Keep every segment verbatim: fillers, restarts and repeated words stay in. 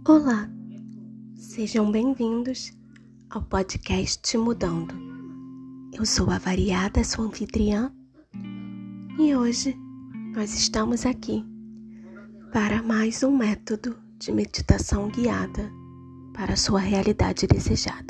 Olá, sejam bem-vindos ao podcast Mudando. Eu sou a Variada, sua anfitriã, e hoje nós estamos aqui para mais um método de meditação guiada para a sua realidade desejada.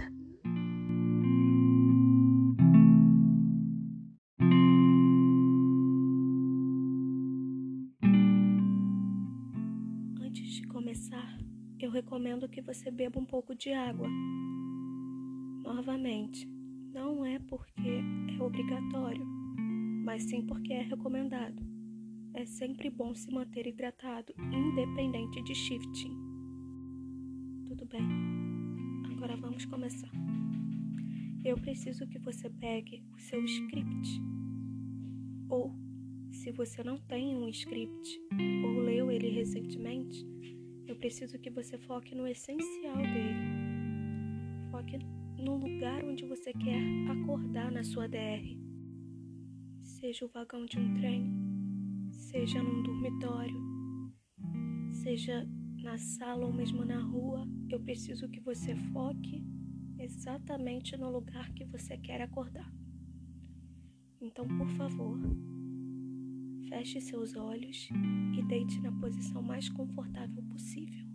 Antes de começar, eu recomendo que você beba um pouco de água. Novamente, não é porque é obrigatório, mas sim porque é recomendado. É sempre bom se manter hidratado, independente de shifting. Tudo bem, agora vamos começar. Eu preciso que você pegue o seu script, ou se você não tem um script ou leu ele recentemente, eu preciso que você foque no essencial dele. Foque no lugar onde você quer acordar na sua D R. Seja o vagão de um trem, seja num dormitório, seja na sala ou mesmo na rua, eu preciso que você foque exatamente no lugar que você quer acordar. Então, por favor, feche seus olhos e deite na posição mais confortável possível.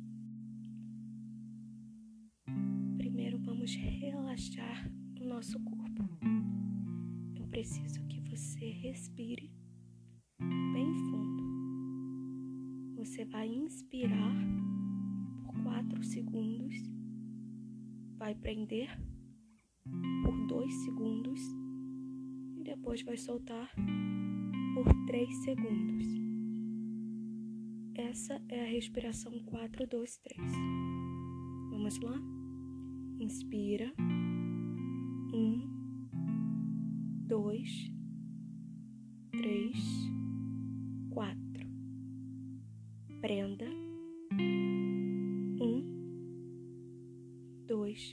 Primeiro, vamos relaxar o nosso corpo. Eu preciso que você respire bem fundo. Você vai inspirar por quatro segundos, vai prender por dois segundos e depois vai soltar por três segundos. Essa é a respiração quatro, dois, três. Vamos lá? Inspira. Um, dois, três, quatro. Prenda. Um, dois.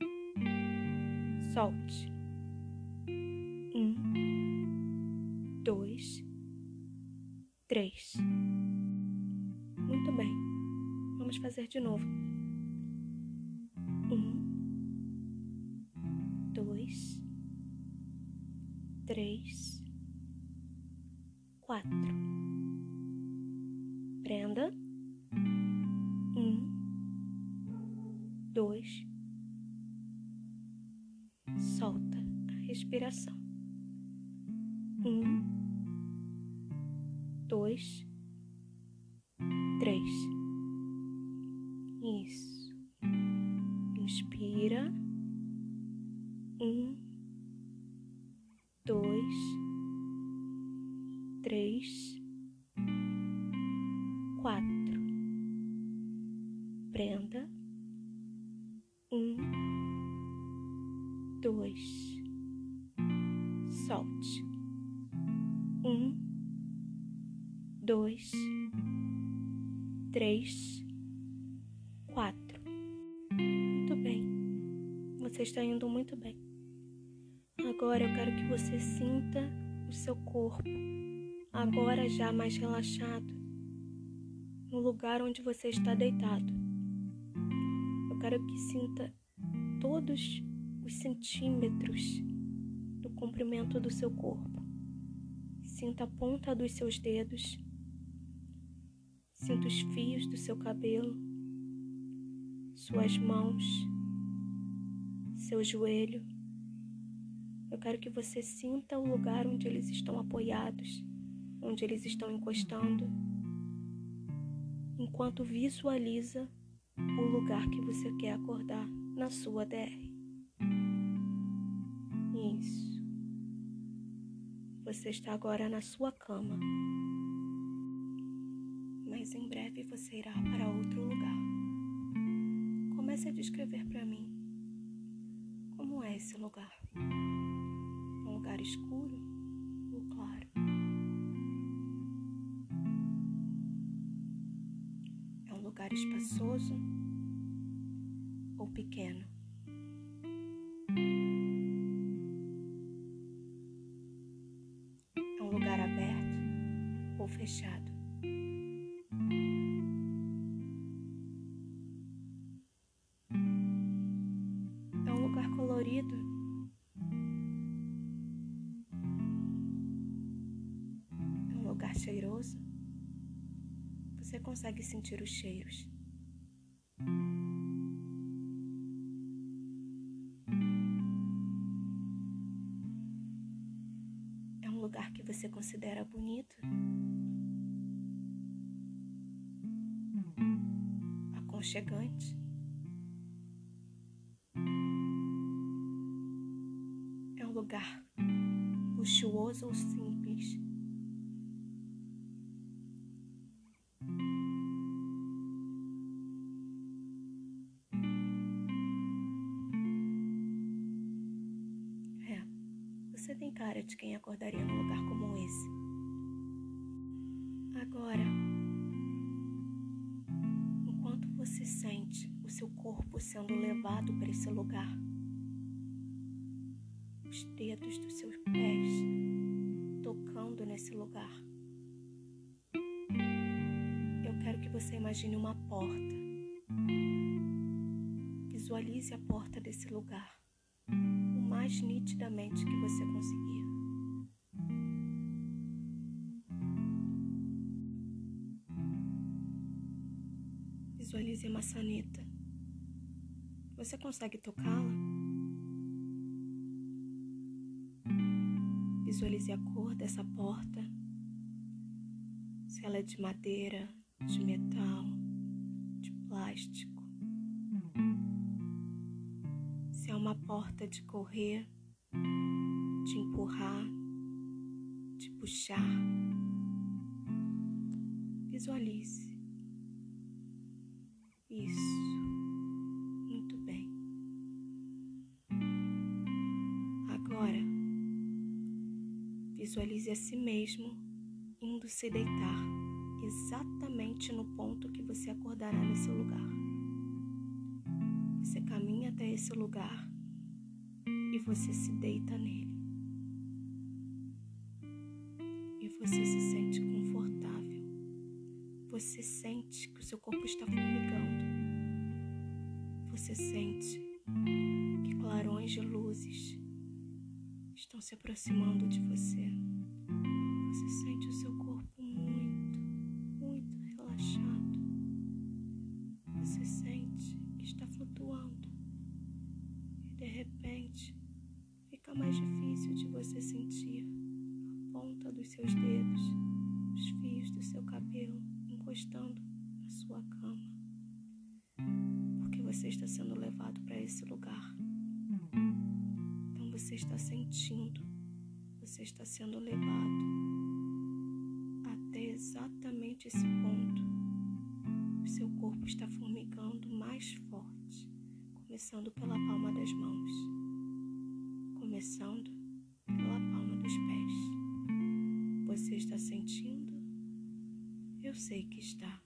Solte. Um, dois, três. Muito bem. Vamos fazer de novo. Um, dois, três, quatro. Prenda. Um, dois. Solta a respiração. Um, dois, três. Isso. Inspira. Um, dois, três, quatro. Prenda. Um, dois. Solte. Um, dois, três, quatro. Muito bem. Você está indo muito bem. Agora eu quero que você sinta o seu corpo, agora já mais relaxado, no lugar onde você está deitado. Eu quero que sinta todos os centímetros do comprimento do seu corpo. Sinta a ponta dos seus dedos. Sinta os fios do seu cabelo, suas mãos, seu joelho. Eu quero que você sinta o lugar onde eles estão apoiados, onde eles estão encostando, enquanto visualiza o lugar que você quer acordar na sua D R. Isso. Você está agora na sua cama, mas em breve você irá para outro lugar. Comece a descrever para mim como é esse lugar. Um lugar escuro ou claro? É um lugar espaçoso ou pequeno? É um lugar aberto ou fechado? cheiroso? Você consegue sentir os cheiros. É um lugar que você considera bonito? Aconchegante? É um lugar luxuoso ou simples? É, você tem cara de quem acordaria num lugar como esse. Agora, enquanto você sente o seu corpo sendo levado para esse lugar, os dedos dos seus pés tocando nesse lugar, eu quero que você imagine uma porta. Visualize a porta desse lugar o mais nitidamente que você conseguir. Visualize a maçaneta. Você consegue tocá-la? Visualize a cor dessa porta. Se ela é de madeira, de metal, de plástico. Se é uma porta de correr, de empurrar, de puxar. Visualize. Isso. Muito bem. Agora, visualize a si mesmo indo se deitar exatamente no ponto que você acordará nesse lugar. Você caminha até esse lugar e você se deita nele. E você se sente confortável. Você sente que o seu corpo está formigando. Você sente que clarões de luzes estão se aproximando de você. Você sente o seu corpo muito, muito relaxado. Você sente que está flutuando. E de repente, fica mais difícil de você sentir a ponta dos seus dedos, os fios do seu cabelo encostando na sua cama. Porque você está sendo levado para esse lugar. Então você está sentindo, você está sendo levado até exatamente esse ponto. O seu corpo está formigando mais forte, começando pela palma das mãos, começando pela palma dos pés. Você está sentindo? Eu sei que está.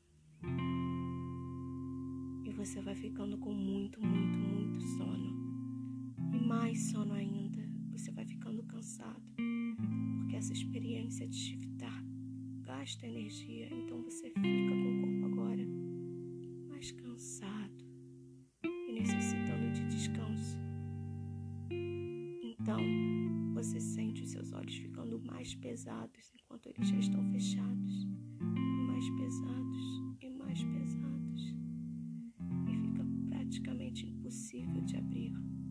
E você vai ficando com muito, muito, muito sono. E mais sono ainda. Você vai ficando cansado. Porque essa experiência de shiftar gasta energia. Então você fica com o corpo agora mais cansado e necessitando de descanso. Então você sente os seus olhos ficando mais pesados enquanto eles já estão fechados. Mais pesados e mais pesados. E fica praticamente impossível de abrir.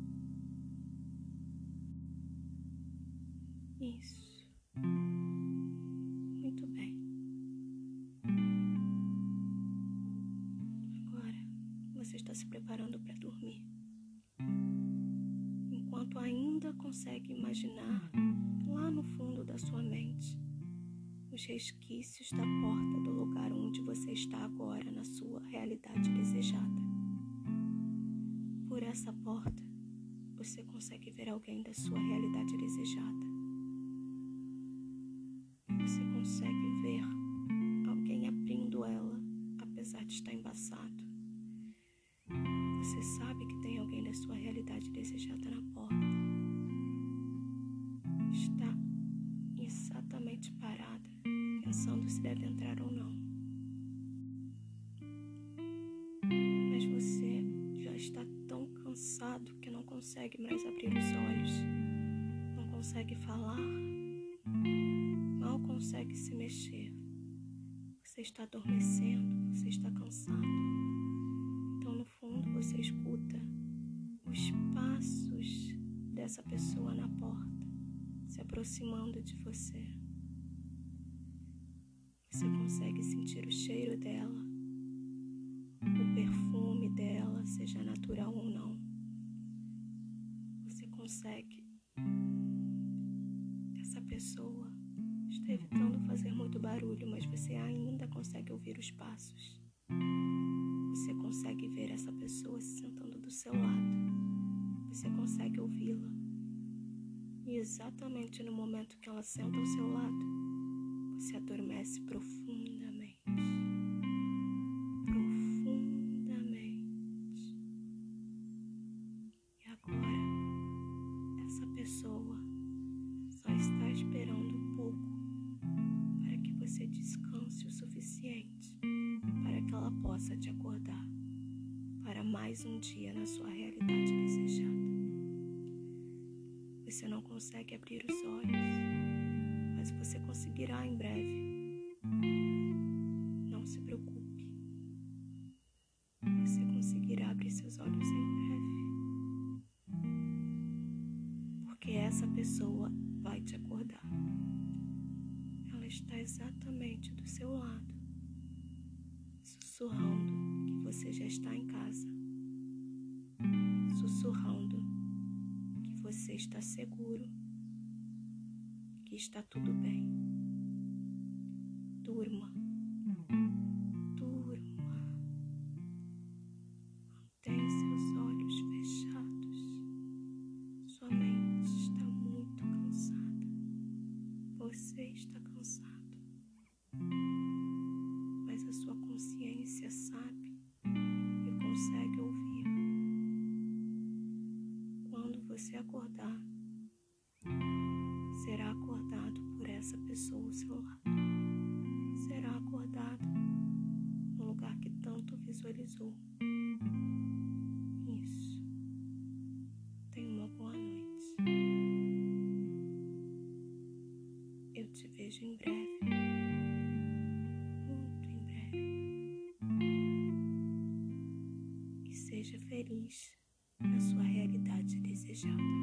Isso. Muito bem. Agora você está se preparando para dormir. Enquanto ainda consegue imaginar lá no fundo da sua mente os resquícios da porta do lugar onde você está agora na sua realidade desejada. Por essa porta, você consegue ver alguém da sua realidade desejada. Você consegue ver alguém abrindo ela, apesar de estar embaçado. Você sabe que tem alguém da sua realidade desejada na porta. Está exatamente parada, pensando se deve entrar ou não. Mas você já está tão cansado que não consegue mais abrir os olhos, não consegue falar, mal consegue se mexer. está adormecendo, você está cansado. Então, no fundo, você escuta os passos dessa pessoa na porta, se aproximando de você. Você consegue sentir o cheiro dela, o perfume dela, seja natural ou não. Você consegue. Essa pessoa está evitando fazer muito barulho, mas você ainda consegue ouvir os passos. Você consegue ver essa pessoa se sentando do seu lado. Você consegue ouvi-la. E exatamente no momento que ela senta ao seu lado, você adormece profundamente. Profundamente. E agora, essa pessoa só está esperando um pouco para que você descanse o suficiente para que ela possa te acordar para mais um dia na sua realidade desejada. Você não consegue abrir os olhos, mas você conseguirá em breve. Não se preocupe. Você conseguirá abrir seus olhos em breve. Porque essa pessoa vai te acordar. Ela está exatamente do seu lado, sussurrando que você já está em casa. Sussurrando que você está seguro, que está tudo bem. Durma, durma. Mantenha seus olhos fechados. Sua mente está muito cansada. Você está cansado. Mas a sua consciência sabe e consegue ouvir. Quando você acordar, será acordado por essa pessoa ao seu lado. Será acordado no lugar que tanto visualizou. Isso. Tenha uma boa noite. Eu te vejo em breve. Muito em breve. E seja feliz na sua realidade desejada.